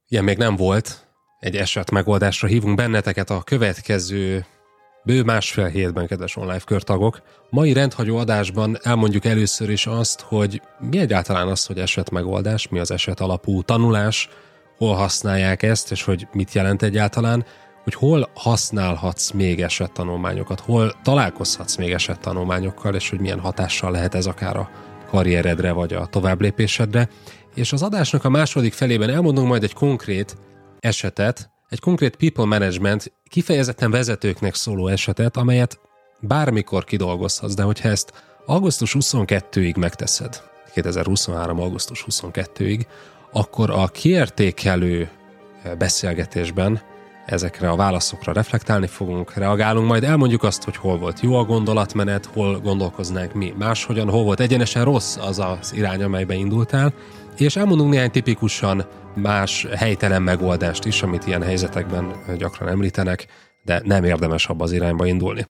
Ilyen még nem volt. Egy eset megoldásra hívunk benneteket a következő bő másfél hétben, kedves online körtagok. Mai rendhagyó adásban elmondjuk először is azt, hogy mi egyáltalán az, hogy esetmegoldás, mi az eset alapú tanulás, hol használják ezt, és hogy mit jelent egyáltalán, hogy hol használhatsz még esettanulmányokat, hol találkozhatsz még esettanulmányokkal, és hogy milyen hatással lehet ez akár a karrieredre, vagy a továbblépésedre. És az adásnak a második felében elmondunk majd egy konkrét esetet, egy konkrét people management, kifejezetten vezetőknek szóló esetet, amelyet bármikor kidolgozhatsz, de hogyha ezt augusztus 22-ig megteszed, 2023. augusztus 22-ig, akkor a kiértékelő beszélgetésben ezekre a válaszokra reflektálni fogunk, reagálunk, majd elmondjuk azt, hogy hol volt jó a gondolatmenet, hol gondolkoznánk mi máshogyan, hol volt egyenesen rossz az az irány, amelybe indultál, és elmondunk néhány tipikusan más helytelen megoldást is, amit ilyen helyzetekben gyakran említenek, de nem érdemes abba az irányba indulni.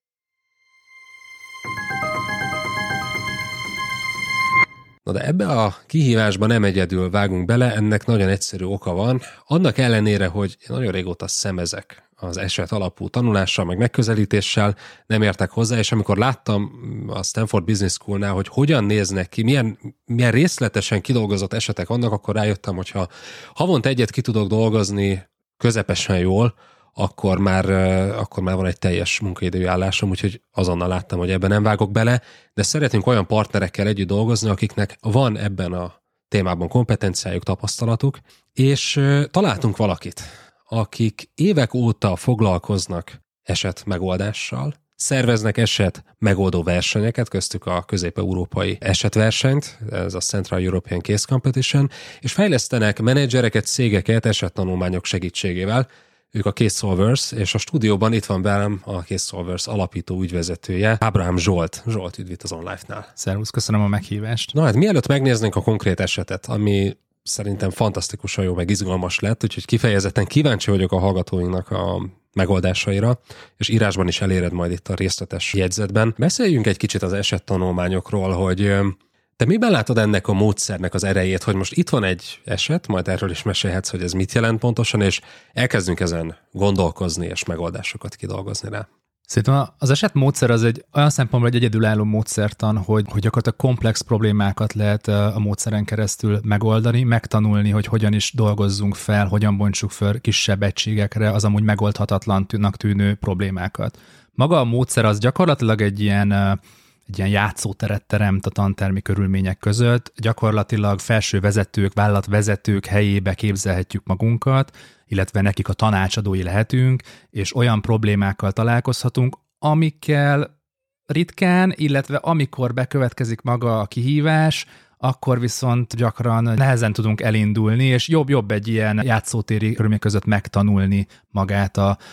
Na de ebbe a kihívásba nem egyedül vágunk bele, ennek nagyon egyszerű oka van. Annak ellenére, hogy nagyon régóta szemezek az eset alapú tanulással, meg megközelítéssel, nem értek hozzá, és amikor láttam a Stanford Business Schoolnál, hogy hogyan néznek ki, milyen részletesen kidolgozott esetek vannak, akkor rájöttem, hogyha havonta egyet ki tudok dolgozni közepesen jól, akkor már van egy teljes munkaidői állásom, úgyhogy azonnal láttam, hogy ebben nem vágok bele, de szeretünk olyan partnerekkel együtt dolgozni, akiknek van ebben a témában kompetenciájuk, tapasztalatuk, és találtunk valakit, akik évek óta foglalkoznak eset megoldással, szerveznek eset megoldó versenyeket, köztük a közép-európai esetversenyt, ez a Central European Case Competition, és fejlesztenek menedzsereket, cégeket esettanulmányok segítségével. Ők a Case Solvers, és a stúdióban itt van velem a Case Solvers alapító ügyvezetője, Ábrahám Zsolt. Zsolt, üdv itt az OnLife-nál. Szervusz, köszönöm a meghívást. Na hát mielőtt megnéznénk a konkrét esetet, ami szerintem fantasztikusan jó, meg izgalmas lett, úgyhogy kifejezetten kíváncsi vagyok a hallgatóinknak a megoldásaira, és írásban is eléred majd itt a részletes jegyzetben. Beszéljünk egy kicsit az esettanulmányokról, hogy te miben látod ennek a módszernek az erejét, hogy most itt van egy eset, majd erről is mesélhetsz, hogy ez mit jelent pontosan, és elkezdünk ezen gondolkozni és megoldásokat kidolgozni rá. Szerintem az esetmódszer az egy olyan szempontból egy egyedülálló módszertan, hogy gyakorlatilag komplex problémákat lehet a módszeren keresztül megoldani, megtanulni, hogy hogyan is dolgozzunk fel, hogyan bontsuk fel kisebb egységekre az amúgy megoldhatatlannak tűnő problémákat. Maga a módszer az gyakorlatilag egy ilyen játszóteret teremt a tantermi körülmények között. Gyakorlatilag felső vezetők, vállalatvezetők helyébe képzelhetjük magunkat, illetve nekik a tanácsadói lehetünk, és olyan problémákkal találkozhatunk, amikkel ritkán, illetve amikor bekövetkezik maga a kihívás, akkor viszont gyakran nehezen tudunk elindulni, és jobb egy ilyen játszótéri körülmények között megtanulni magát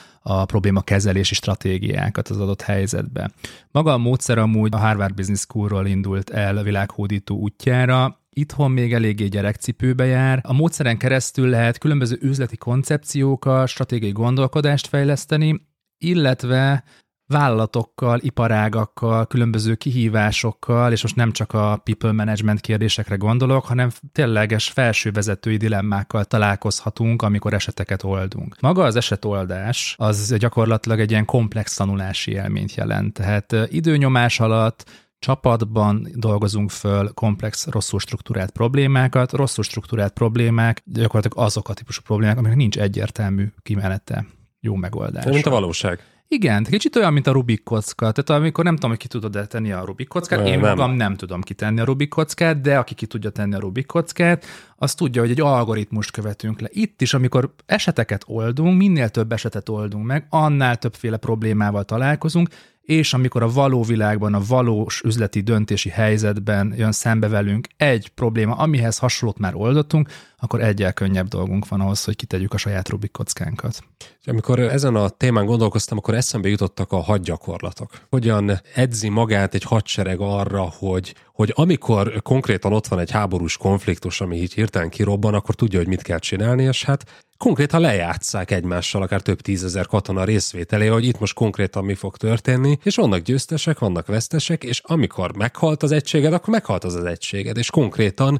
a probléma kezelési stratégiákat az adott helyzetbe. Maga a módszer amúgy a Harvard Business Schoolról indult el a világhódító útjára, itthon még eléggé gyerekcipőbe jár. A módszeren keresztül lehet különböző üzleti koncepciókkal, stratégiai gondolkodást fejleszteni, illetve vállalatokkal, iparágakkal, különböző kihívásokkal, és most nem csak a people management kérdésekre gondolok, hanem tényleges felsővezetői dilemmákkal találkozhatunk, amikor eseteket oldunk. Maga az esetoldás az gyakorlatilag egy ilyen komplex tanulási élményt jelent. Tehát időnyomás alatt csapatban dolgozunk föl komplex, rosszul struktúrált problémákat. Rosszul struktúrált problémák gyakorlatilag azok a típusú problémák, amiknek nincs egyértelmű kimenete, jó megoldás. Mint a valóság. Igen, kicsit olyan, mint a Rubik kocka. Tehát amikor nem tudom, hogy ki tudod tenni a Rubik kockát, én magam nem tudom kitenni a Rubik kockát, de aki ki tudja tenni a Rubik kockát, az tudja, hogy egy algoritmust követünk le. Itt is, amikor eseteket oldunk, minél több esetet oldunk meg, annál többféle problémával találkozunk, és amikor a való világban, a valós üzleti döntési helyzetben jön szembe velünk egy probléma, amihez hasonlót már oldottunk, akkor egyel könnyebb dolgunk van ahhoz, hogy kitegyük a saját Rubik kockánkat. Amikor ezen a témán gondolkoztam, akkor eszembe jutottak a hadgyakorlatok. Hogyan edzi magát egy hadsereg arra, hogy amikor konkrétan ott van egy háborús konfliktus, ami így hirtelen kirobban, akkor tudja, hogy mit kell csinálni, és hát konkrétan lejátsszák egymással, akár több tízezer katona részvételé, hogy itt most konkrétan mi fog történni, és vannak győztesek, vannak vesztesek, és amikor meghalt az egységed, akkor meghalt az egységed, és konkrétan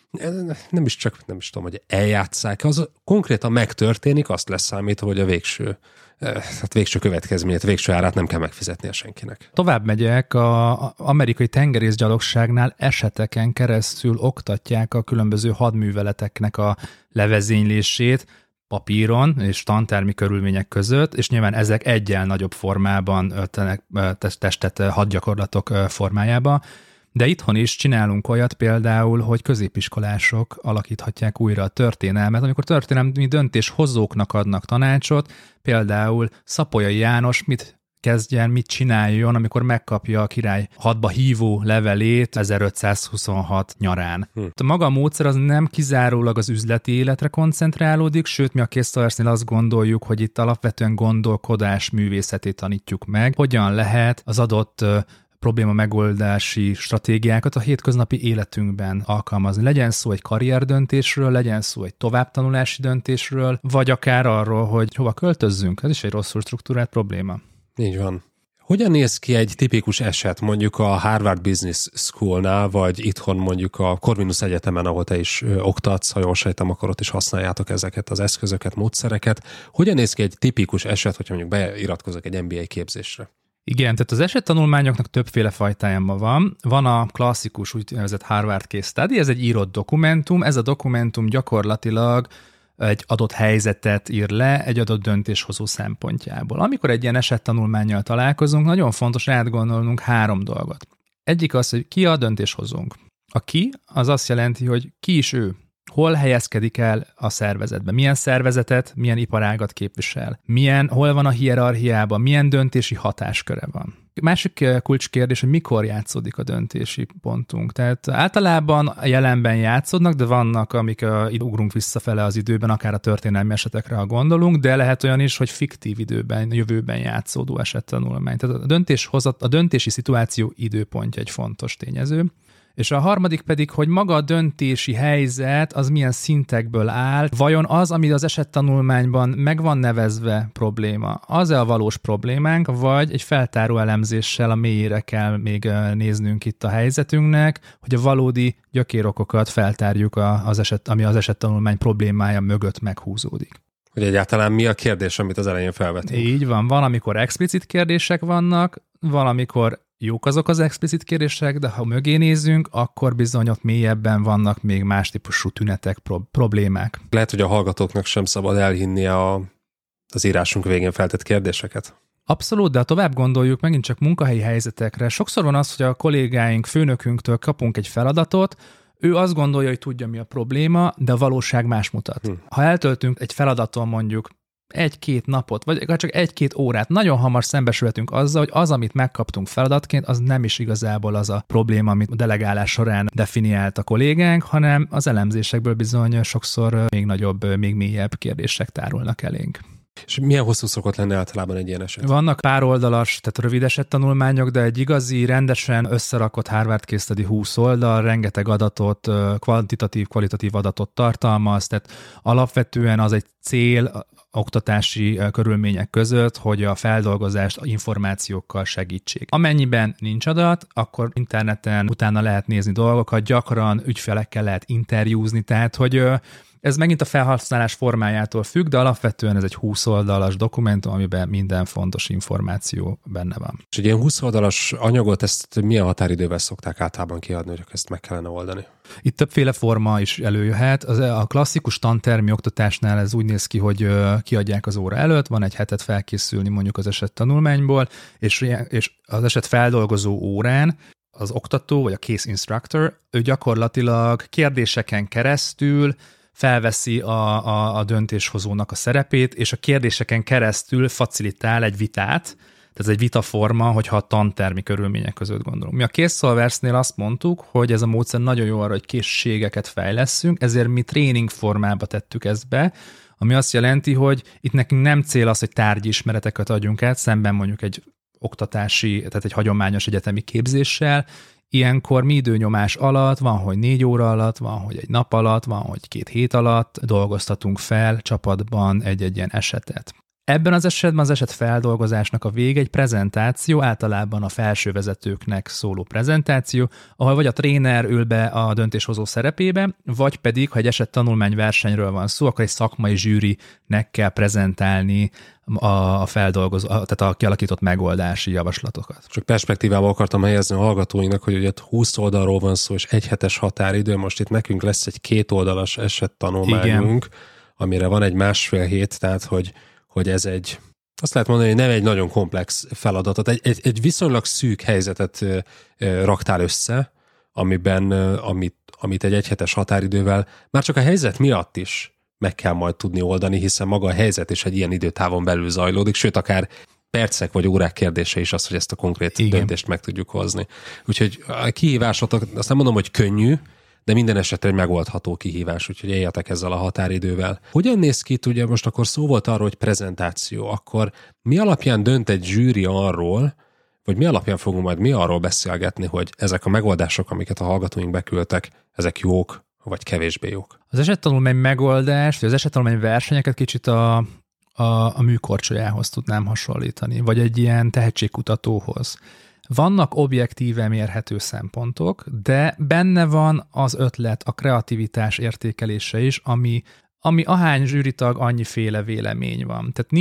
Nem is tudom, hogy eljátsszák, az konkrétan megtörténik, azt lesz számítva, hogy a végső következményét, végső árát nem kell megfizetnie senkinek. Tovább megyek, az amerikai tengerészgyalogságnál eseteken keresztül oktatják a különböző hadműveleteknek a levezénylését papíron és tantermi körülmények között, és nyilván ezek egyel nagyobb formában öltenek testet hadgyakorlatok formájába. De itthon is csinálunk olyat például, hogy középiskolások alakíthatják újra a történelmet, amikor történelmi döntéshozóknak adnak tanácsot, például Szapolyai János mit kezdjen, mit csináljon, amikor megkapja a király hadba hívó levelét 1526 nyarán. A maga a módszer az nem kizárólag az üzleti életre koncentrálódik, sőt mi a Készszolversnél azt gondoljuk, hogy itt alapvetően gondolkodás művészetét tanítjuk meg, hogyan lehet az adott probléma megoldási stratégiákat a hétköznapi életünkben alkalmazni. Legyen szó egy karrierdöntésről, legyen szó egy továbbtanulási döntésről, vagy akár arról, hogy hova költözzünk. Ez is egy rosszul struktúrált probléma. Így van. Hogyan néz ki egy tipikus eset mondjuk a Harvard Business Schoolnál, vagy itthon mondjuk a Corvinus Egyetemen, ahol te is oktatsz, ha jól sejtem, akkor ott is használjátok ezeket az eszközöket, módszereket. Hogyan néz ki egy tipikus eset, hogyha mondjuk beiratkozok egy MBA képzésre? Igen, tehát az esettanulmányoknak többféle fajtája van. Van a klasszikus úgynevezett Harvard Case Study, ez egy írott dokumentum, ez a dokumentum gyakorlatilag egy adott helyzetet ír le egy adott döntéshozó szempontjából. Amikor egy ilyen esettanulmánnyal találkozunk, nagyon fontos átgondolnunk 3 dolgot. Egyik az, hogy ki a döntéshozónk. A ki, az azt jelenti, hogy ki is ő. Hol helyezkedik el a szervezetben? Milyen szervezetet, milyen iparágat képvisel? Hol van a hierarchiában? Milyen döntési hatásköre van? Másik kulcskérdés, hogy mikor játszódik a döntési pontunk. Tehát általában a jelenben játszódnak, de vannak, amik ugrunk visszafele az időben, akár a történelmi esetekre, ha gondolunk, de lehet olyan is, hogy fiktív időben, jövőben játszódó esettanulmány. Tehát a döntési szituáció időpontja egy fontos tényező. És a harmadik pedig, hogy maga a döntési helyzet az milyen szintekből áll, vajon az, ami az esettanulmányban meg van nevezve probléma, az-e a valós problémánk, vagy egy feltáró elemzéssel a mélyére kell még néznünk itt a helyzetünknek, hogy a valódi gyökérokokat feltárjuk, ami az esettanulmány problémája mögött meghúzódik. Hogy egyáltalán mi a kérdés, amit az elején felvetünk? Így van, valamikor explicit kérdések vannak, valamikor jók azok az explicit kérdések, de ha mögé nézzünk, akkor bizony ott mélyebben vannak még más típusú tünetek, problémák. Lehet, hogy a hallgatóknak sem szabad elhinnie az írásunk végén feltett kérdéseket. Abszolút, de ha tovább gondoljuk megint csak munkahelyi helyzetekre, sokszor van az, hogy a kollégáink, főnökünktől kapunk egy feladatot, ő azt gondolja, hogy tudja, mi a probléma, de a valóság más mutat. Ha eltöltünk egy feladaton mondjuk 1-2 napot, vagy csak 1-2 órát, nagyon hamar szembesülhetünk azzal, hogy az, amit megkaptunk feladatként, az nem is igazából az a probléma, amit a delegálás során definiált a kollégánk, hanem az elemzésekből bizony sokszor még nagyobb, még mélyebb kérdések tárulnak elénk. És milyen hosszú szokott lenni általában egy ilyen eset? Vannak pár oldalas, tehát rövid esettanulmányok, de egy igazi, rendesen összerakott Harvard Case Study 20 oldal, rengeteg adatot, kvantitatív, kvalitatív adatot tartalmaz, tehát alapvetően az egy cél, oktatási körülmények között, hogy a feldolgozást információkkal segítsék. Amennyiben nincs adat, akkor interneten utána lehet nézni dolgokat, gyakran ügyfelekkel lehet interjúzni, tehát hogy ez megint a felhasználás formájától függ, de alapvetően ez egy 20 oldalas dokumentum, amiben minden fontos információ benne van. És egy ilyen 20 oldalas anyagot, ezt milyen határidővel szokták általában kiadni, hogy ezt meg kellene oldani? Itt többféle forma is előjöhet. A klasszikus tantermi oktatásnál ez úgy néz ki, hogy kiadják az óra előtt, van egy hetet felkészülni mondjuk az esettanulmányból, és az eset feldolgozó órán az oktató, vagy a case instructor, ő gyakorlatilag kérdéseken keresztül felveszi a döntéshozónak a szerepét, és a kérdéseken keresztül facilitál egy vitát, tehát ez egy vitaforma, hogyha a tantermi körülmények között gondolunk. Mi a Készszolversnél azt mondtuk, hogy ez a módszer nagyon jó arra, hogy készségeket fejlesszünk, ezért mi tréning formába tettük ezt be, ami azt jelenti, hogy itt nekünk nem cél az, hogy tárgyi ismereteket adjunk át, szemben mondjuk egy oktatási, tehát egy hagyományos egyetemi képzéssel. Ilyenkor mi időnyomás alatt, van, hogy 4 óra alatt, van, hogy egy nap alatt, van, hogy 2 hét alatt dolgoztatunk fel csapatban egy ilyen esetet. Ebben az esetben az esetfeldolgozásnak a vége egy prezentáció, általában a felsővezetőknek szóló prezentáció, ahol vagy a tréner ül be a döntéshozó szerepébe, vagy pedig, ha egy esettanulmányversenyről van szó, akkor egy szakmai zsűrinek kell prezentálni tehát a kialakított megoldási javaslatokat. Csak perspektívába akartam helyezni a hallgatóinknak, hogy ugye 20 oldalról van szó, és egy hetes határidő, most itt nekünk lesz egy 2 oldalas esettanulmányunk, amire van egy 1,5 hét, tehát hogy ez azt lehet mondani, hogy nem egy nagyon komplex feladatot, egy viszonylag szűk helyzetet raktál össze, amit egy egyhetes határidővel már csak a helyzet miatt is meg kell majd tudni oldani, hiszen maga a helyzet is egy ilyen időtávon belül zajlódik, sőt akár percek vagy órák kérdése is az, hogy ezt a konkrét döntést meg tudjuk hozni. Úgyhogy a kihívásotok, azt nem mondom, hogy könnyű, de minden esetre egy megoldható kihívás, úgyhogy éljetek ezzel a határidővel. Hogyan néz ki, ugye most akkor szó volt arról, hogy prezentáció, akkor mi alapján dönt egy zsűri arról, vagy mi alapján fogunk majd mi arról beszélgetni, hogy ezek a megoldások, amiket a hallgatóink beküldtek, ezek jók, vagy kevésbé jók? Az esettanulmány megoldás, vagy az esettanulmány versenyeket kicsit a műkorcsolyához tudnám hasonlítani, vagy egy ilyen tehetségkutatóhoz. Vannak objektíve mérhető szempontok, de benne van az ötlet, a kreativitás értékelése is, ami ahány zsűritag, annyiféle vélemény van. Tehát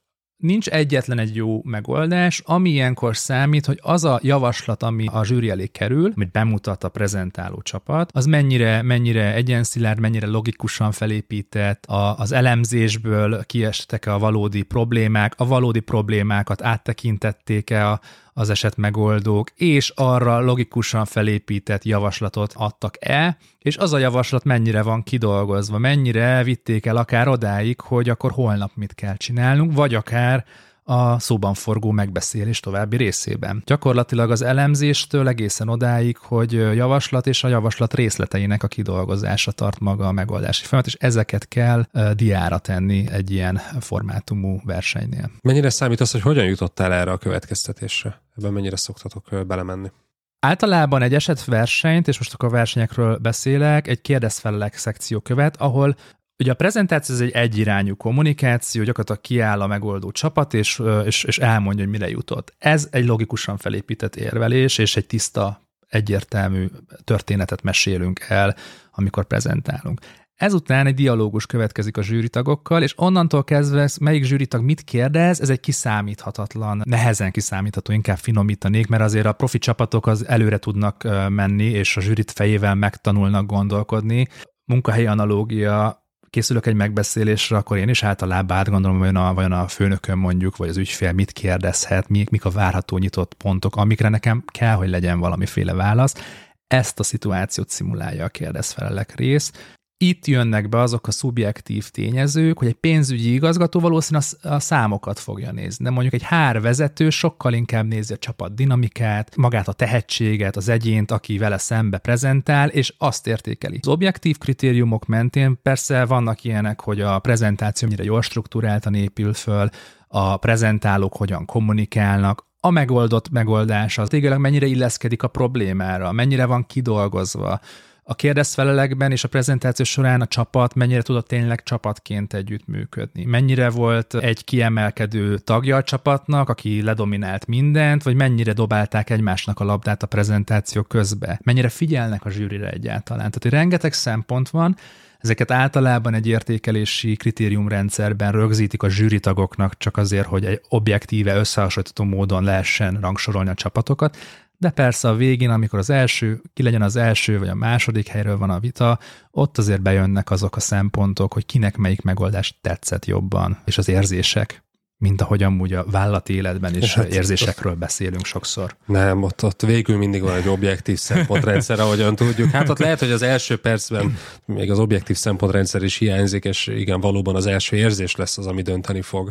nincs egyetlen egy jó megoldás, ami ilyenkor számít, hogy az a javaslat, ami a zsűri elé kerül, amit bemutat a prezentáló csapat, az mennyire egyenszilárd, mennyire logikusan felépített, az elemzésből kiestek-e a valódi problémák, a valódi problémákat áttekintették-e az esetmegoldók, és arra logikusan felépített javaslatot adtak-e, és az a javaslat mennyire van kidolgozva, mennyire vitték el akár odáig, hogy akkor holnap mit kell csinálnunk, vagy akár a szóban forgó megbeszélés további részében. Gyakorlatilag az elemzéstől egészen odáig, hogy javaslat és a javaslat részleteinek a kidolgozása tart maga a megoldási folyamat, és ezeket kell diára tenni egy ilyen formátumú versenynél. Mennyire számít az, hogy hogyan jutottál erre a következtetésre? Ebben mennyire szoktatok belemenni? Általában egy esetversenyt, és most akkor a versenyekről beszélek, egy kérdezfelelek szekció követ, ahol ugye a prezentáció ez egy egyirányú kommunikáció, gyakorlatilag kiáll a megoldó csapat, és elmondja, hogy mire jutott. Ez egy logikusan felépített érvelés, és egy tiszta, egyértelmű történetet mesélünk el, amikor prezentálunk. Ezután egy dialógus következik a zsűritagokkal, és onnantól kezdve melyik zsűritag mit kérdez, ez egy kiszámíthatatlan, nehezen kiszámítható, inkább finomítanék, mert azért a profi csapatok az előre tudnak menni, és a zsűrit fejével megtanulnak gondolkodni. Munkahelyi analógia, készülök egy megbeszélésre, akkor én is általában átgondolom, vajon a főnökön mondjuk, vagy az ügyfél mit kérdezhet, mik a várható nyitott pontok, amikre nekem kell, hogy legyen valamiféle válasz. Ezt a szituációt szimulálja a kérdezfelelek rész. Itt jönnek be azok a szubjektív tényezők, hogy egy pénzügyi igazgató valószínűleg a számokat fogja nézni. De mondjuk egy HR vezető sokkal inkább nézi a csapat dinamikát, magát a tehetséget, az egyént, aki vele szembe prezentál, és azt értékeli. Az objektív kritériumok mentén persze vannak ilyenek, hogy a prezentáció mennyire jól struktúráltan épül föl, a prezentálók hogyan kommunikálnak, a megoldott megoldás az tényleg mennyire illeszkedik a problémára, mennyire van kidolgozva. A kérdezfelelekben és a prezentáció során a csapat mennyire tudott tényleg csapatként együttműködni. Mennyire volt egy kiemelkedő tagja a csapatnak, aki ledominált mindent, vagy mennyire dobálták egymásnak a labdát a prezentáció közbe. Mennyire figyelnek a zsűrire egyáltalán. Tehát, hogy rengeteg szempont van, ezeket általában egy értékelési kritériumrendszerben rögzítik a zsűritagoknak csak azért, hogy egy objektíve, összehasonlítható módon lehessen rangsorolni a csapatokat. De persze a végén, amikor ki legyen az első vagy a második helyről van a vita, ott azért bejönnek azok a szempontok, hogy kinek melyik megoldás tetszett jobban, és az érzések, mint ahogy amúgy a vállalati életben is érzésekről beszélünk sokszor. Nem, ott végül mindig van egy objektív szempontrendszer, ahogyan tudjuk. Hát ott lehet, hogy az első percben még az objektív szempontrendszer is hiányzik, és igen, valóban az első érzés lesz az, ami dönteni fog.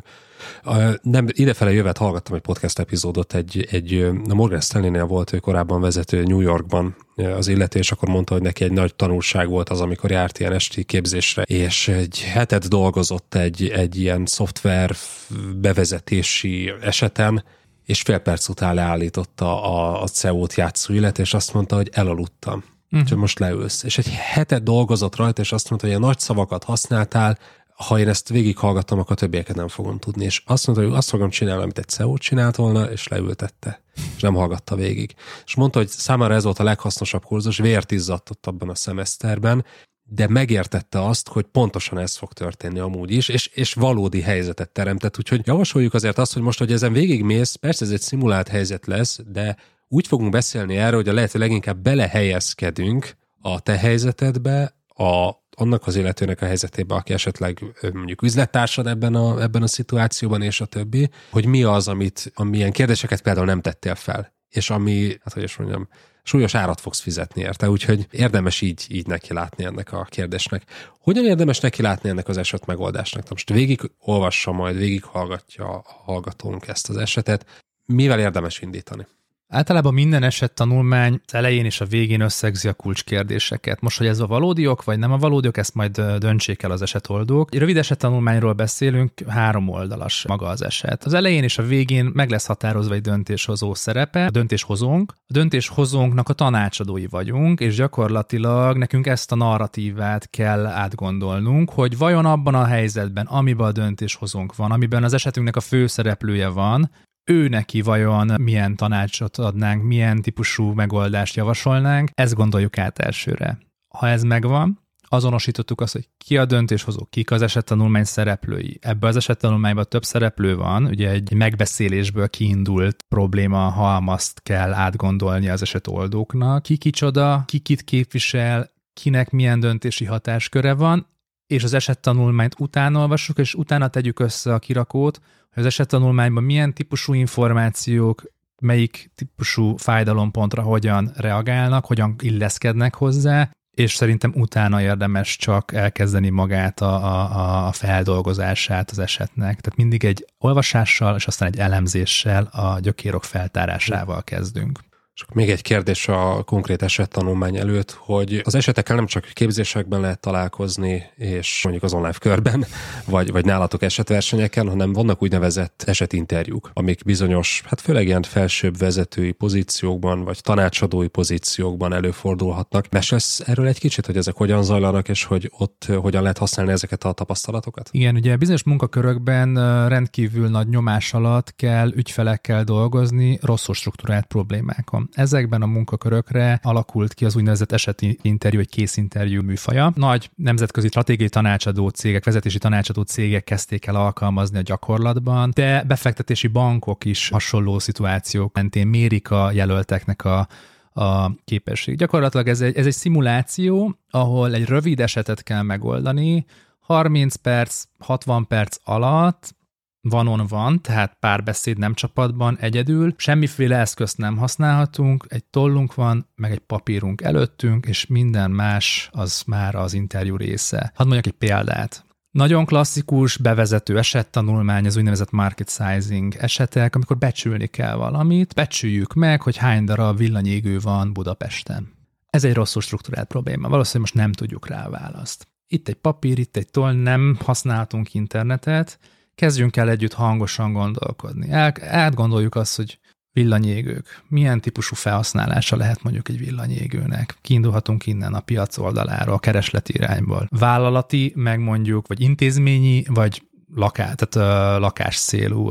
Nem, idefele jövet hallgattam egy podcast epizódot, a Morgan Stanley-nél volt ő korábban vezető New Yorkban az illető, és akkor mondta, hogy neki egy nagy tanulság volt az, amikor járt ilyen esti képzésre, és egy hetet dolgozott egy ilyen szoftver bevezetési eseten, és fél perc után leállította a CEO-t játszó illető, és azt mondta, hogy elaludtam. Csak most leülsz. És egy hetet dolgozott rajta, és azt mondta, hogy a nagy szavakat használtál, ha én ezt végighallgattam, akkor többieket nem fogom tudni. És azt mondta, hogy azt fogom csinálni, amit egy CEO csinált volna, és leültette. És nem hallgatta végig. És mondta, hogy számára ez volt a leghasznosabb kurzus, vért izzadt abban a szemeszterben, de megértette azt, hogy pontosan ez fog történni amúgy is, és valódi helyzetet teremtett. Úgyhogy javasoljuk azért azt, hogy most, hogy ezen végigmész, persze ez egy szimulált helyzet lesz, de úgy fogunk beszélni erről, hogy a lehető leginkább belehelyezkedünk a te helyzetedbe, annak az illetőnek a helyzetébe, aki esetleg mondjuk üzlettársad ebben a szituációban, és a többi, hogy mi az, amilyen kérdéseket például nem tettél fel, és ami, hát hogy is mondjam, súlyos árat fogsz fizetni érte, úgyhogy érdemes így neki látni ennek a kérdésnek. Hogyan érdemes neki látni ennek az eset megoldásnak? Most végig olvassa majd, végig hallgatja a hallgatónk ezt az esetet. Mivel érdemes indítani? Általában minden esettanulmány az elején és a végén összegzi a kulcskérdéseket. Most, hogy ez a valódi ok, vagy nem a valódi ok, ezt majd döntsék el az esetoldók. Egy rövid esettanulmányról beszélünk, 3 oldalas maga az eset. Az elején és a végén meg lesz határozva egy döntéshozó szerepe, a döntéshozónk. A döntéshozónknak a tanácsadói vagyunk, és gyakorlatilag nekünk ezt a narratívát kell átgondolnunk, hogy vajon abban a helyzetben, amiben a döntéshozónk van, amiben az esetünknek a főszereplője van, ő neki vajon milyen tanácsot adnánk, milyen típusú megoldást javasolnánk, ezt gondoljuk át elsőre. Ha ez megvan, azonosítottuk azt, hogy ki a döntéshozó, kik az esettanulmány szereplői. Ebben az esettanulmányban több szereplő van, ugye egy megbeszélésből kiindult probléma halmazt kell átgondolni az esetoldóknak. Ki kicsoda, ki kit képvisel, kinek milyen döntési hatásköre van, és az esettanulmányt utána olvassuk, és utána tegyük össze a kirakót, hogy az esettanulmányban milyen típusú információk, melyik típusú fájdalompontra hogyan reagálnak, hogyan illeszkednek hozzá, és szerintem utána érdemes csak elkezdeni magát a feldolgozását az esetnek. Tehát mindig egy olvasással, és aztán egy elemzéssel, a gyökérok feltárásával kezdünk. És még egy kérdés a konkrét esettanulmány előtt, hogy az esetekkel nem csak képzésekben lehet találkozni, és mondjuk az online körben, vagy nálatok esetversenyeken, hanem vannak úgynevezett esetinterjúk, amik bizonyos, hát főleg ilyen felsőbb vezetői pozíciókban, vagy tanácsadói pozíciókban előfordulhatnak. Mesélsz erről egy kicsit, hogy ezek hogyan zajlanak, és hogy ott hogyan lehet használni ezeket a tapasztalatokat? Igen, ugye bizonyos munkakörökben rendkívül nagy nyomás alatt kell ügyfelekkel dolgozni rosszul struktúrált problémákon. Ezekben a munkakörökre alakult ki az úgynevezett eseti interjú, egy készinterjú műfaja. Nagy nemzetközi stratégiai tanácsadó cégek, vezetési tanácsadó cégek kezdték el alkalmazni a gyakorlatban, de befektetési bankok is hasonló szituációk mentén mérik a jelölteknek a képesség. Gyakorlatilag ez egy szimuláció, ahol egy rövid esetet kell megoldani, 30 perc, 60 perc alatt, van, tehát párbeszéd, nem csapatban, egyedül, semmiféle eszközt nem használhatunk, egy tollunk van, meg egy papírunk előttünk, és minden más az már az interjú része. Hadd mondjak egy példát. Nagyon klasszikus bevezető esettanulmány, az úgynevezett market sizing esetek, amikor becsülni kell valamit, becsüljük meg, hogy hány darab villanyégő van Budapesten. Ez egy rosszul struktúrált probléma, valószínűleg most nem tudjuk rá a választ. Itt egy papír, itt egy toll, nem használhatunk internetet, kezdjünk el együtt hangosan gondolkodni. Átgondoljuk azt, hogy villanyégők. Milyen típusú felhasználása lehet mondjuk egy villanyégőnek? Kiindulhatunk innen a piac oldaláról, a keresleti irányból. Vállalati, meg mondjuk, vagy intézményi, vagy lakásszélú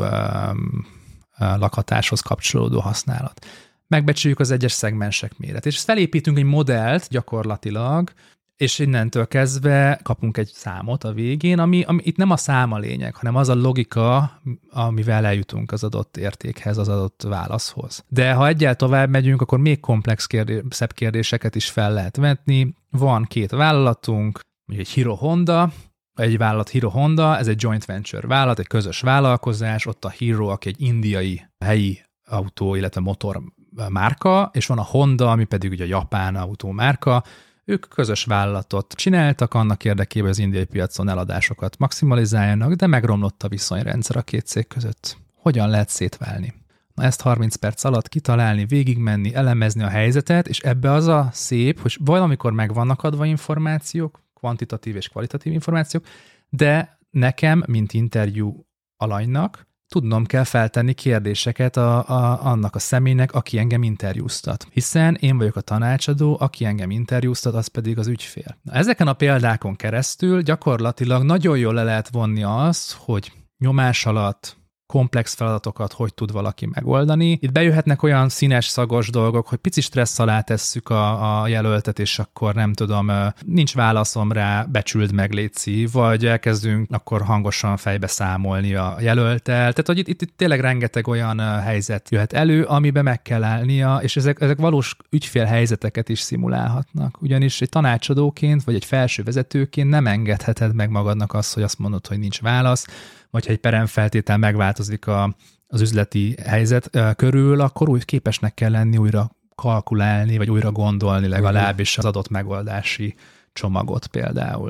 lakhatáshoz kapcsolódó használat. Megbecsüljük az egyes szegmensek méret. És felépítünk egy modellt gyakorlatilag, és innentől kezdve kapunk egy számot a végén, ami itt nem a szám a lényeg, hanem az a logika, amivel eljutunk az adott értékhez, az adott válaszhoz. De ha egyel tovább megyünk, akkor még szebb kérdéseket is fel lehet vetni. Van 2 vállalatunk, mondjuk egy Hero Honda, egy vállalat Hero Honda, ez egy joint venture vállalat, egy közös vállalkozás, ott a Hero, aki egy indiai helyi autó, illetve motor márka, és van a Honda, ami pedig ugye a japán autómárka. Ők közös vállalatot csináltak annak érdekében, hogy az indiai piacon eladásokat maximalizáljanak, de megromlott a viszonyrendszer a 2 cég között. Hogyan lehet szétválni? Na ezt 30 perc alatt kitalálni, végigmenni, elemezni a helyzetet, és ebbe az a szép, hogy valamikor meg vannak adva információk, kvantitatív és kvalitatív információk, de nekem, mint interjú alanynak, tudnom kell feltenni kérdéseket annak a személynek, aki engem interjúztat. Hiszen én vagyok a tanácsadó, aki engem interjúztat, az pedig az ügyfél. Na, ezeken a példákon keresztül gyakorlatilag nagyon jól le lehet vonni azt, hogy nyomás alatt komplex feladatokat hogy tud valaki megoldani. Itt bejöhetnek olyan színes, szagos dolgok, hogy pici stressz alá tesszük a jelöltet, és akkor nem tudom, nincs válaszom rá, becsüld meg, létszi, vagy elkezdünk akkor hangosan fejbe számolni a jelölttel. Tehát, hogy itt tényleg rengeteg olyan helyzet jöhet elő, amiben meg kell állnia, és ezek valós ügyfélhelyzeteket is szimulálhatnak. Ugyanis egy tanácsadóként, vagy egy felső vezetőként nem engedheted meg magadnak azt, hogy azt mondod, hogy nincs válasz, vagy ha egy peremfeltétel megváltozik az üzleti helyzet körül, akkor úgy képesnek kell lenni újra kalkulálni, vagy újra gondolni legalábbis az adott megoldási csomagot például.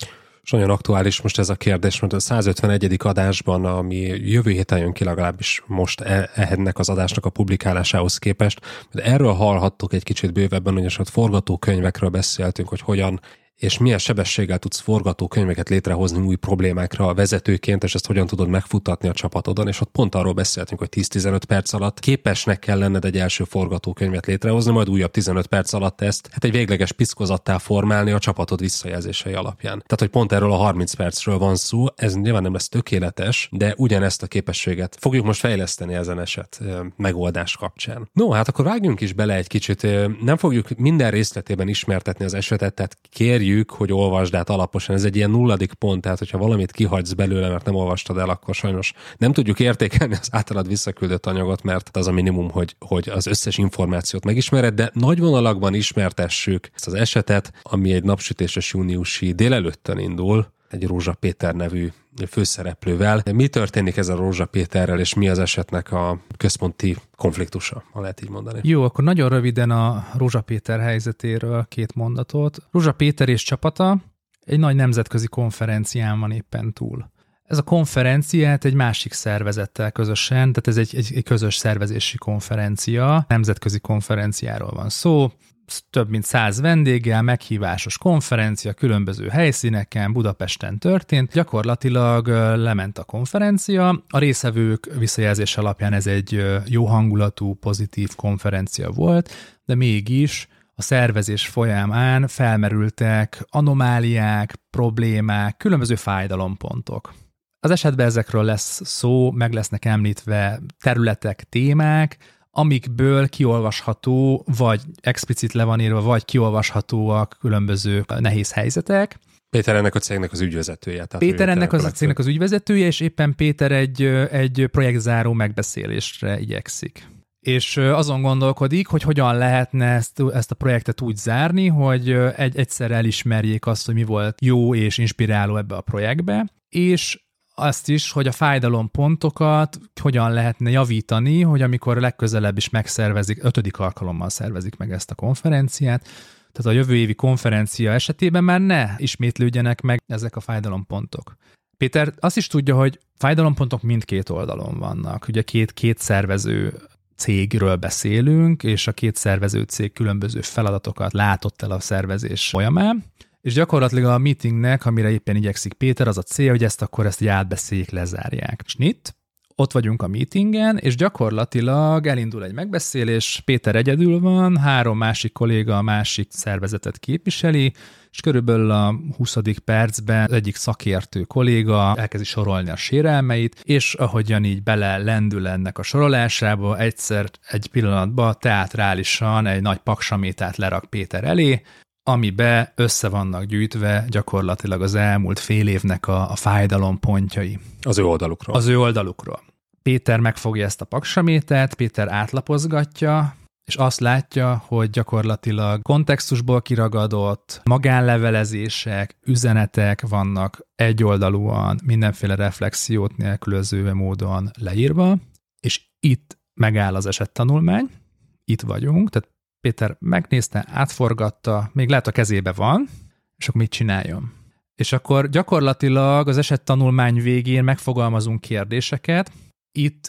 És nagyon aktuális most ez a kérdés, mert a 151. adásban, ami jövő héten jön ki legalábbis most ennek az adásnak a publikálásához képest, de erről hallhattok egy kicsit bővebben, hogy ott forgatókönyvekről beszéltünk, hogy hogyan és milyen sebességgel tudsz forgatókönyveket létrehozni új problémákra vezetőként, és ezt hogyan tudod megfutatni a csapatodon, és ott pont arról beszéltünk, hogy 10-15 perc alatt képesnek kell lenned egy első forgatókönyvet létrehozni, majd újabb 15 perc alatt ezt egy végleges piszkozattá formálni a csapatod visszajelzései alapján. Tehát, hogy pont erről a 30 percről van szó, ez nyilván nem lesz tökéletes, de ugyanezt a képességet fogjuk most fejleszteni ezen eset megoldás kapcsán. No, hát akkor vágjunk is bele egy kicsit, nem fogjuk minden részletében ismertetni az esetet, tehát kérjük, hogy olvasd át alaposan. Ez egy ilyen 0. pont, tehát hogyha valamit kihagysz belőle, mert nem olvastad el, akkor sajnos nem tudjuk értékelni az általad visszaküldött anyagot, mert az a minimum, hogy az összes információt megismered, de nagy vonalakban ismertessük ezt az esetet, ami egy napsütéses júniusi délelőttön indul, egy Rózsa Péter nevű főszereplővel. Mi történik ezzel a Rózsa Péterrel, és mi az esetnek a központi konfliktusa, ha lehet így mondani? Jó, akkor nagyon röviden a Rózsa Péter helyzetéről 2 mondatot. Rózsa Péter és csapata egy nagy nemzetközi konferencián van éppen túl. Ez a konferenciát egy másik szervezettel közösen, tehát ez egy közös szervezési konferencia, nemzetközi konferenciáról van szó, több mint 100 vendéggel, meghívásos konferencia, különböző helyszíneken, Budapesten történt. Gyakorlatilag lement a konferencia. A résztvevők visszajelzés alapján ez egy jó hangulatú, pozitív konferencia volt, de mégis a szervezés folyamán felmerültek anomáliák, problémák, különböző fájdalompontok. Az esetben ezekről lesz szó, meg lesznek említve területek, témák, amikből kiolvasható, vagy explicit le van írva, vagy kiolvashatóak különböző nehéz helyzetek. Péter ennek a cégnek az ügyvezetője. Péter ennek a cégnek az ügyvezetője, és éppen Péter egy projektzáró megbeszélésre igyekszik. És azon gondolkodik, hogy hogyan lehetne ezt a projektet úgy zárni, hogy egyszer elismerjék azt, hogy mi volt jó és inspiráló ebbe a projektbe, és azt is, hogy a fájdalompontokat hogyan lehetne javítani, hogy amikor legközelebb is megszervezik, 5. alkalommal szervezik meg ezt a konferenciát, tehát a jövő évi konferencia esetében már ne ismétlődjenek meg ezek a fájdalompontok. Péter azt is tudja, hogy fájdalompontok mindkét oldalon vannak. Ugye két szervező cégről beszélünk, és a 2 szervező cég különböző feladatokat látott el a szervezés folyamán, és gyakorlatilag a meetingnek, amire éppen igyekszik Péter, az a cél, hogy ezt így átbeszéljék, lezárják. És itt ott vagyunk a meetingen, és gyakorlatilag elindul egy megbeszélés, Péter egyedül van, 3 másik kolléga a másik szervezetet képviseli, és körülbelül a 20. percben az egyik szakértő kolléga elkezdi sorolni a sérelmeit, és ahogyan így bele lendül ennek a sorolásába, egyszer egy pillanatban teátrálisan egy nagy paksamétát lerak Péter elé, amibe össze vannak gyűjtve gyakorlatilag az elmúlt fél évnek a fájdalompontjai. Az ő oldalukról. Az ő oldalukról. Péter megfogja ezt a paksamétert, Péter átlapozgatja, és azt látja, hogy gyakorlatilag kontextusból kiragadott magánlevelezések, üzenetek vannak egyoldalúan, mindenféle reflexiót nélkülöző módon leírva, és itt megáll az esettanulmány, itt vagyunk, tehát Péter megnézte, átforgatta, még lehet a kezébe van, és akkor mit csináljon? És akkor gyakorlatilag az esettanulmány végén megfogalmazunk kérdéseket. Itt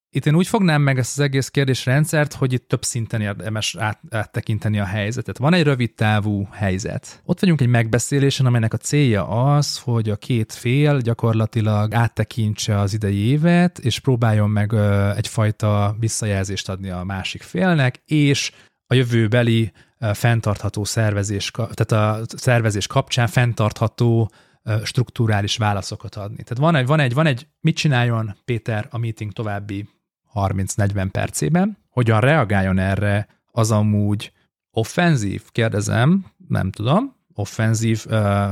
Itt én úgy fognám meg ezt az egész kérdésrendszert, hogy itt több szinten érdemes áttekinteni a helyzetet. Van egy rövid távú helyzet. Ott vagyunk egy megbeszélésen, amelynek a célja az, hogy a két fél gyakorlatilag áttekintse az idei évet, és próbáljon meg egyfajta visszajelzést adni a másik félnek, és a jövőbeli fenntartható szervezés, tehát a szervezés kapcsán fenntartható strukturális válaszokat adni. Tehát van egy mit csináljon Péter a meeting további 30-40 percében, hogyan reagáljon erre az amúgy offenzív, kérdezem, nem tudom, offenzív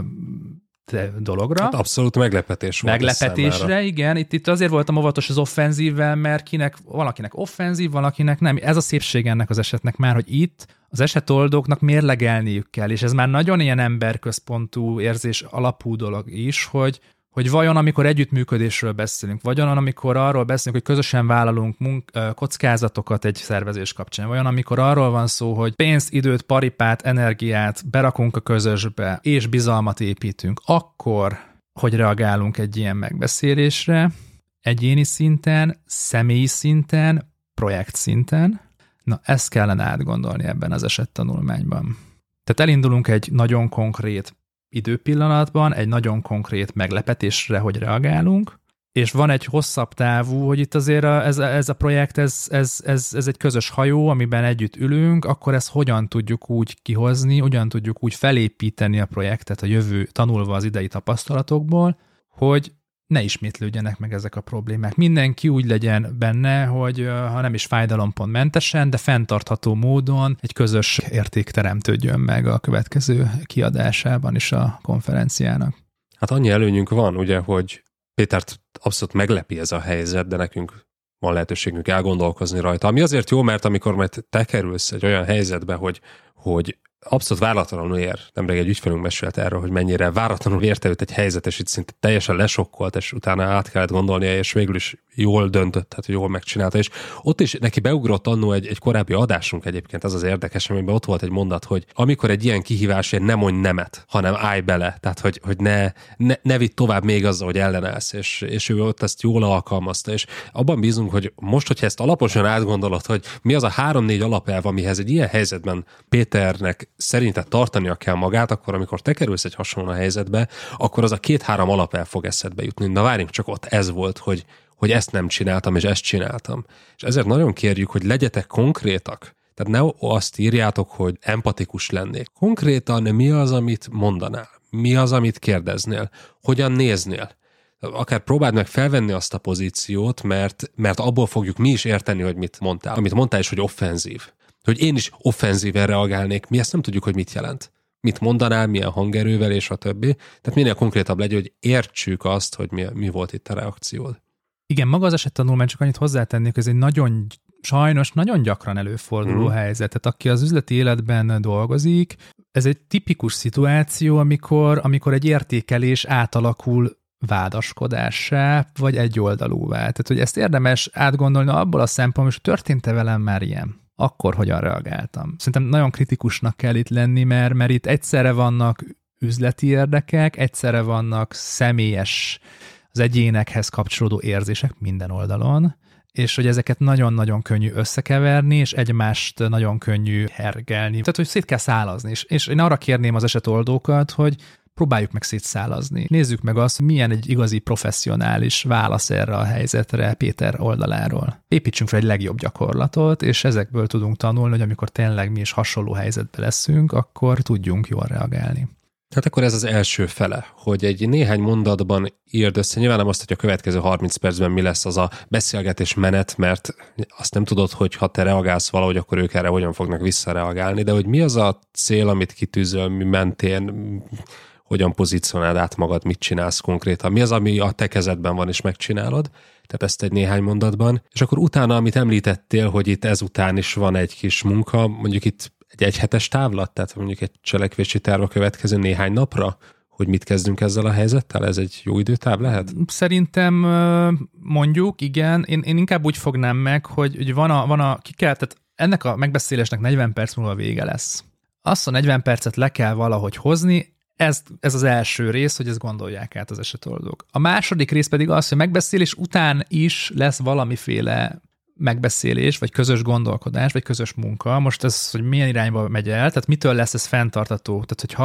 dologra. Hát abszolút meglepetés volt. Meglepetésre, igen. Itt azért voltam óvatos az offenzívvel, mert valakinek offenzív, valakinek nem. Ez a szépség ennek az esetnek már, hogy itt az esetoldóknak mérlegelniük kell, és ez már nagyon ilyen emberközpontú érzés alapú dolog is, hogy vajon amikor együttműködésről beszélünk, vajon amikor arról beszélünk, hogy közösen vállalunk kockázatokat egy szervezés kapcsán, vajon amikor arról van szó, hogy pénzt, időt, paripát, energiát berakunk a közösbe, és bizalmat építünk, akkor hogy reagálunk egy ilyen megbeszélésre, egyéni szinten, személyi szinten, projekt szinten. Na, ezt kellene átgondolni ebben az esettanulmányban. Tehát elindulunk egy nagyon konkrét időpillanatban, egy nagyon konkrét meglepetésre, hogy reagálunk, és van egy hosszabb távú, hogy itt azért ez a projekt, ez egy közös hajó, amiben együtt ülünk, akkor ezt hogyan tudjuk úgy kihozni, hogyan tudjuk úgy felépíteni a projektet a jövő, tanulva az idei tapasztalatokból, hogy ne ismétlődjenek meg ezek a problémák. Mindenki úgy legyen benne, hogy ha nem is fájdalompontmentesen, de fenntartható módon egy közös érték teremtődjön meg a következő kiadásában is a konferenciának. Hát annyi előnyünk van, ugye, hogy Pétert abszolút meglepi ez a helyzet, de nekünk van lehetőségünk elgondolkozni rajta. Ami azért jó, mert amikor majd te kerülsz egy olyan helyzetbe, hogy abszolút váratlanul ér. Nemrég egy ügyfelünk mesélt erről, hogy mennyire váratlanul érte őt egy helyzet, és itt szinte teljesen lesokkolt, és utána át kellett gondolnia, és végül is jól döntött, tehát jól megcsinálta. És ott is neki beugrott annó egy korábbi adásunk egyébként, az az érdekes, amiben ott volt egy mondat, hogy amikor egy ilyen kihívás ér, nem mondj nemet, hanem állj bele. Tehát, hogy ne vidd tovább még azzal, hogy ellenállsz, és ő ott ezt jól alkalmazta. És abban bízunk, hogy most, hogyha ezt alaposan átgondolod, hogy mi az a 3-4 alapelv, amihez egy ilyen helyzetben Péternek szerinted tartania kell magát, akkor amikor te kerülsz egy hasonló helyzetbe, akkor az a 2-3 alapelv fog eszedbe jutni. Na várjunk, csak ott ez volt, hogy ezt nem csináltam, és ezt csináltam. És ezért nagyon kérjük, hogy legyetek konkrétak. Tehát ne azt írjátok, hogy empatikus lennék. Konkrétan mi az, amit mondanál? Mi az, amit kérdeznél? Hogyan néznél? Akár próbáld meg felvenni azt a pozíciót, mert abból fogjuk mi is érteni, hogy mit mondtál. Amit mondtál is, hogy offenzív. Hogy én is offenzíven reagálnék, mi ezt nem tudjuk, hogy mit jelent. Mit mondanál, milyen hangerővel, és a többi. Tehát minél konkrétabb legyen, hogy értsük azt, hogy mi volt itt a reakciód. Igen, maga az esettanulmány, csak annyit hozzátennék, hogy ez egy sajnos nagyon gyakran előforduló helyzet. Tehát aki az üzleti életben dolgozik, ez egy tipikus szituáció, amikor egy értékelés átalakul vádaskodássá, vagy egyoldalúvá. Tehát, hogy ezt érdemes átgondolni abból a szempontból, hogy történt-e velem már ilyen? Akkor hogyan reagáltam? Szerintem nagyon kritikusnak kell itt lenni, mert itt egyszerre vannak üzleti érdekek, egyszerre vannak személyes, az egyénekhez kapcsolódó érzések minden oldalon, és hogy ezeket nagyon-nagyon könnyű összekeverni, és egymást nagyon könnyű hergelni. Tehát, hogy szét kell szálazni. És én arra kérném az esetoldókat, hogy próbáljuk meg szétszálazni. Nézzük meg azt, hogy milyen egy igazi professzionális válasz erre a helyzetre Péter oldaláról. Építsünk fel egy legjobb gyakorlatot, és ezekből tudunk tanulni, hogy amikor tényleg mi is hasonló helyzetben leszünk, akkor tudjunk jól reagálni. Hát akkor ez az első fele, hogy egy néhány mondatban írd össze, nyilván nem azt, hogy a következő 30 percben mi lesz az a beszélgetés menet, mert azt nem tudod, hogy ha te reagálsz valahogy, akkor ők erre hogyan fognak visszareagálni, de hogy mi az a cél, amit kitűzöl, mi mentén, hogyan pozícionáld át magad, mit csinálsz konkrétan, mi az, ami a te kezedben van, és megcsinálod, tehát ezt egy néhány mondatban, és akkor utána, amit említettél, hogy itt ezután is van egy kis munka, mondjuk itt egy egyhetes távlat, tehát mondjuk egy cselekvési terv a következő néhány napra, hogy mit kezdünk ezzel a helyzettel? Ez egy jó időtáv lehet? Szerintem mondjuk, igen. Én inkább úgy fognám meg, hogy tehát ennek a megbeszélésnek 40 perc múlva vége lesz. Azt a 40 percet le kell valahogy hozni, ez az első rész, hogy ezt gondolják át az esetoldók. A második rész pedig az, hogy megbeszélés után is lesz valamiféle megbeszélés, vagy közös gondolkodás, vagy közös munka. Most ez, hogy milyen irányba megy el, tehát mitől lesz ez fenntartható? Tehát, hogyha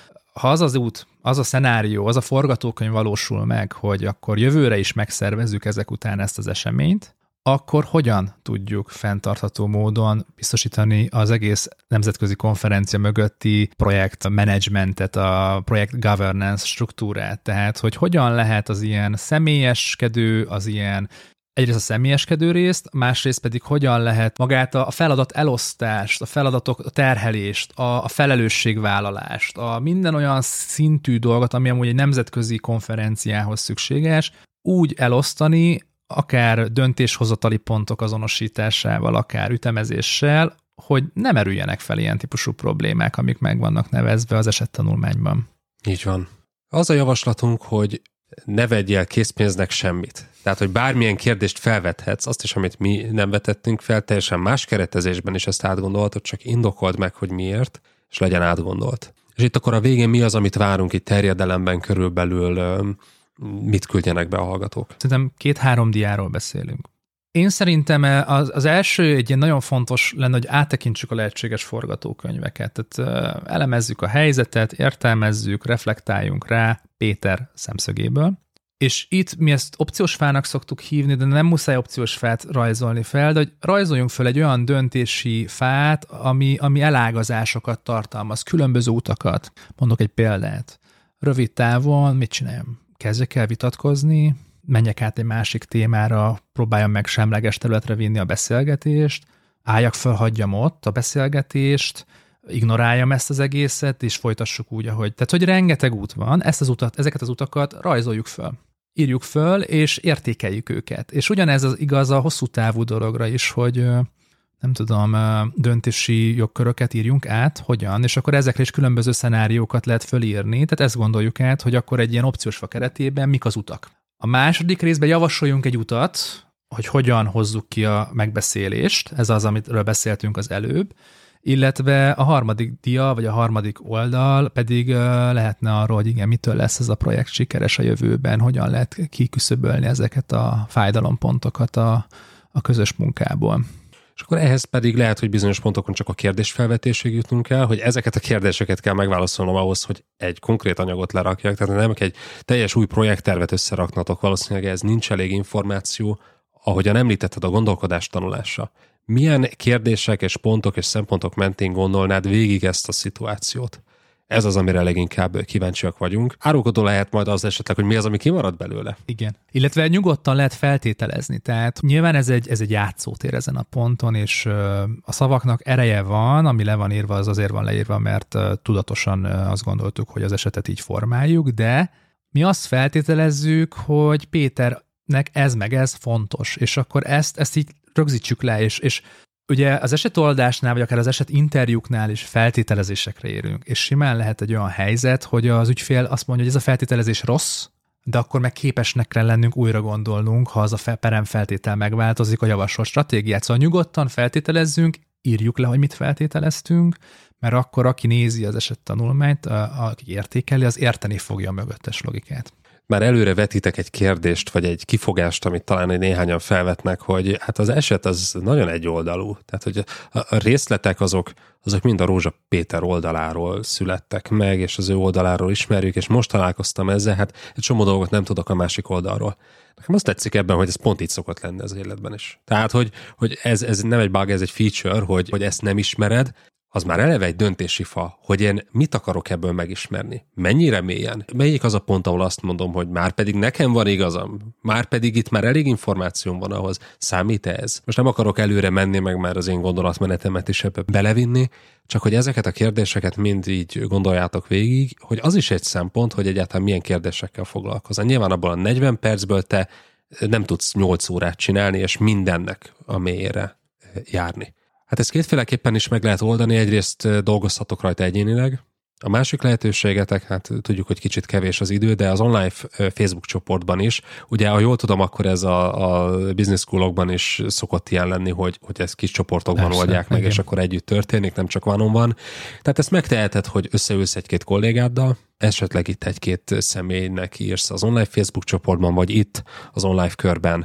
az az út, az a szenárió, az a forgatókönyv valósul meg, hogy akkor jövőre is megszervezzük ezek után ezt az eseményt, akkor hogyan tudjuk fenntartható módon biztosítani az egész nemzetközi konferencia mögötti projekt managementet, a projekt governance struktúrát? Tehát, hogy hogyan lehet az ilyen személyeskedő, az ilyen egyrészt a személyeskedő részt, másrészt pedig hogyan lehet magát a feladat elosztást, a feladatok a terhelést, a felelősségvállalást, a minden olyan szintű dolgot, ami amúgy egy nemzetközi konferenciához szükséges, úgy elosztani, akár döntéshozatali pontok azonosításával, akár ütemezéssel, hogy nem merüljenek fel ilyen típusú problémák, amik meg vannak nevezve az esettanulmányban. Így van. Az a javaslatunk, hogy ne vegyél készpénznek semmit. Tehát, hogy bármilyen kérdést felvethetsz, azt is, amit mi nem vetettünk fel, teljesen más keretezésben is ezt átgondolhatod, csak indokold meg, hogy miért, és legyen átgondolt. És itt akkor a végén mi az, amit várunk itt terjedelemben körülbelül, mit küldjenek be a hallgatók? Szerintem 2-3 diáról beszélünk. Én szerintem az első egy ilyen nagyon fontos lenne, hogy áttekintsük a lehetséges forgatókönyveket. Tehát elemezzük a helyzetet, értelmezzük, reflektáljunk rá Péter szemszögéből. És itt mi ezt opciós fának szoktuk hívni, de nem muszáj opciós fát rajzolni fel, de hogy rajzoljunk fel egy olyan döntési fát, ami elágazásokat tartalmaz, különböző utakat. Mondok egy példát. Rövid távon mit csináljam? Kezdjek el vitatkozni, menjek át egy másik témára, próbáljam meg semleges területre vinni a beszélgetést, álljak föl, hagyjam ott a beszélgetést, ignoráljam ezt az egészet, és folytassuk úgy, ahogy. Tehát, hogy rengeteg út van, ezeket az utakat rajzoljuk föl. Írjuk föl, és értékeljük őket. És ugyanez az igaz a hosszú távú dologra is, hogy nem tudom, döntési jogköröket írjunk át, hogyan, és akkor ezekre is különböző szenáriókat lehet fölírni, tehát ezt gondoljuk át, hogy akkor egy ilyen opciós fa keretében mik az utak. A második részben javasoljunk egy utat, hogy hogyan hozzuk ki a megbeszélést, ez az, amiről beszéltünk az előbb, illetve a harmadik dia, vagy a harmadik oldal pedig lehetne arról, hogy igen, mitől lesz ez a projekt sikeres a jövőben, hogyan lehet kiküszöbölni ezeket a fájdalompontokat a közös munkából. És akkor ehhez pedig lehet, hogy bizonyos pontokon csak a kérdésfelvetésig jutunk el, hogy ezeket a kérdéseket kell megválaszolnom ahhoz, hogy egy konkrét anyagot lerakjak, tehát nem egy teljes új projekttervet összeraknatok, valószínűleg ez nincs elég információ, ahogyan említetted a gondolkodás tanulása. Milyen kérdések és pontok és szempontok mentén gondolnád végig ezt a szituációt? Ez az, amire leginkább kíváncsiak vagyunk. Árulkodó lehet majd az esetleg, hogy mi az, ami kimarad belőle. Igen. Illetve nyugodtan lehet feltételezni. Tehát nyilván ez egy játszótér ezen a ponton, és a szavaknak ereje van, ami le van írva, az azért van leírva, mert tudatosan azt gondoltuk, hogy az esetet így formáljuk, de mi azt feltételezzük, hogy Péternek ez meg ez fontos, és akkor ezt így rögzítsük le, és ugye az esetoldásnál, vagy akár az eset interjúknál is feltételezésekre érünk, és simán lehet egy olyan helyzet, hogy az ügyfél azt mondja, hogy ez a feltételezés rossz, de akkor meg képesnek kell lennünk újra gondolnunk, ha az a peremfeltétel megváltozik a javasolt stratégiát. Szóval nyugodtan feltételezzünk, írjuk le, hogy mit feltételeztünk, mert akkor aki nézi az esettanulmányt, aki értékeli, az érteni fogja a mögöttes logikát. Már előre vetitek egy kérdést, vagy egy kifogást, amit talán néhányan felvetnek, hogy hát az eset az nagyon egyoldalú. Tehát, hogy a részletek azok mind a Rózsa Péter oldaláról születtek meg, és az ő oldaláról ismerjük, és most találkoztam ezzel, hát egy csomó dolgot nem tudok a másik oldalról. Nekem azt tetszik ebben, hogy ez pont így szokott lenni az életben is. Tehát, hogy ez nem egy bug, ez egy feature, hogy ezt nem ismered, az már eleve egy döntési fa, hogy én mit akarok ebből megismerni. Mennyire mélyen? Melyik az a pont, ahol azt mondom, hogy már pedig nekem van igazam, már pedig itt már elég információm van ahhoz. Számít ez? Most nem akarok előre menni, meg már az én gondolatmenetemet is ebbe belevinni, csak hogy ezeket a kérdéseket mind így gondoljátok végig, hogy az is egy szempont, hogy egyáltalán milyen kérdésekkel foglalkozol. Nyilván abból a 40 percből te nem tudsz 8 órát csinálni, és mindennek a mélyére járni. Hát ezt kétféleképpen is meg lehet oldani, egyrészt dolgozhatok rajta egyénileg. A másik lehetőségetek, hát tudjuk, hogy kicsit kevés az idő, de az online Facebook csoportban is, ugye, ha jól tudom, akkor ez a business schoolokban is szokott ilyen lenni, hogy ezt kis csoportokban persze, oldják meg, igen. És akkor együtt történik, nem csak one-on-one. Tehát ezt megteheted, hogy összeülsz egy-két kollégáddal, esetleg itt egy-két személynek írsz az online Facebook csoportban, vagy itt az online körben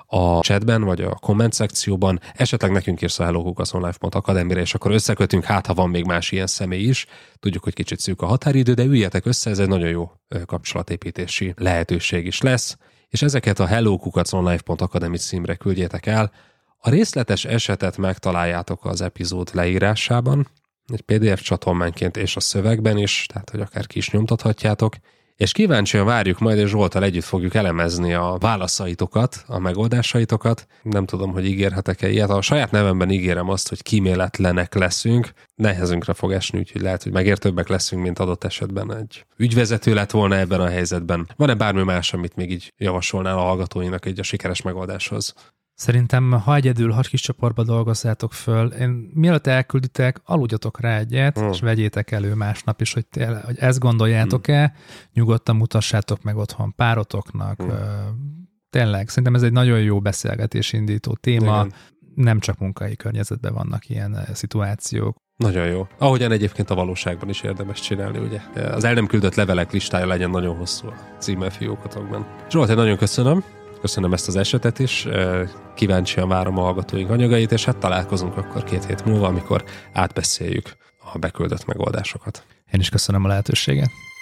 a chatben, vagy a komment szekcióban, esetleg nekünk írsz a hello@onlife.academy-re, és akkor összekötünk, hát ha van még más ilyen személy is. Tudjuk, hogy kicsit szűk a határidő, de üljetek össze, ez egy nagyon jó kapcsolatépítési lehetőség is lesz. És ezeket a hello@onlife.academy címre küldjétek el. A részletes esetet megtaláljátok az epizód leírásában, egy PDF csatolmányként és a szövegben is, tehát hogy akár ki is nyomtathatjátok. És kíváncsian várjuk majd, és Zsolttal együtt fogjuk elemezni a válaszaitokat, a megoldásaitokat. Nem tudom, hogy ígérhetek-e ilyet. A saját nevemben ígérem azt, hogy kíméletlenek leszünk. Nehezünkre fog esni, úgyhogy lehet, hogy megértőbbek leszünk, mint adott esetben egy ügyvezető lett volna ebben a helyzetben. Van-e bármi más, amit még így javasolnál a hallgatóinak egy a sikeres megoldáshoz? Szerintem, ha egyedül, ha kis csoportba dolgozzátok föl, mielőtt elkülditek, aludjatok rá egyet, és vegyétek elő másnap is, hogy ezt gondoljátok-e, nyugodtan mutassátok meg otthon párotoknak. Tényleg, szerintem ez egy nagyon jó beszélgetésindító téma. Igen. Nem csak munkai környezetben vannak ilyen szituációk. Nagyon jó. Ahogyan egyébként a valóságban is érdemes csinálni, ugye? Az el nem küldött levelek listája legyen nagyon hosszú a címmelfiókatokban. Zsolt, én nagyon köszönöm. Köszönöm ezt az esetet is, kíváncsian várom a hallgatóink anyagait, és hát találkozunk akkor 2 hét múlva, amikor átbeszéljük a beküldött megoldásokat. Én is köszönöm a lehetőséget.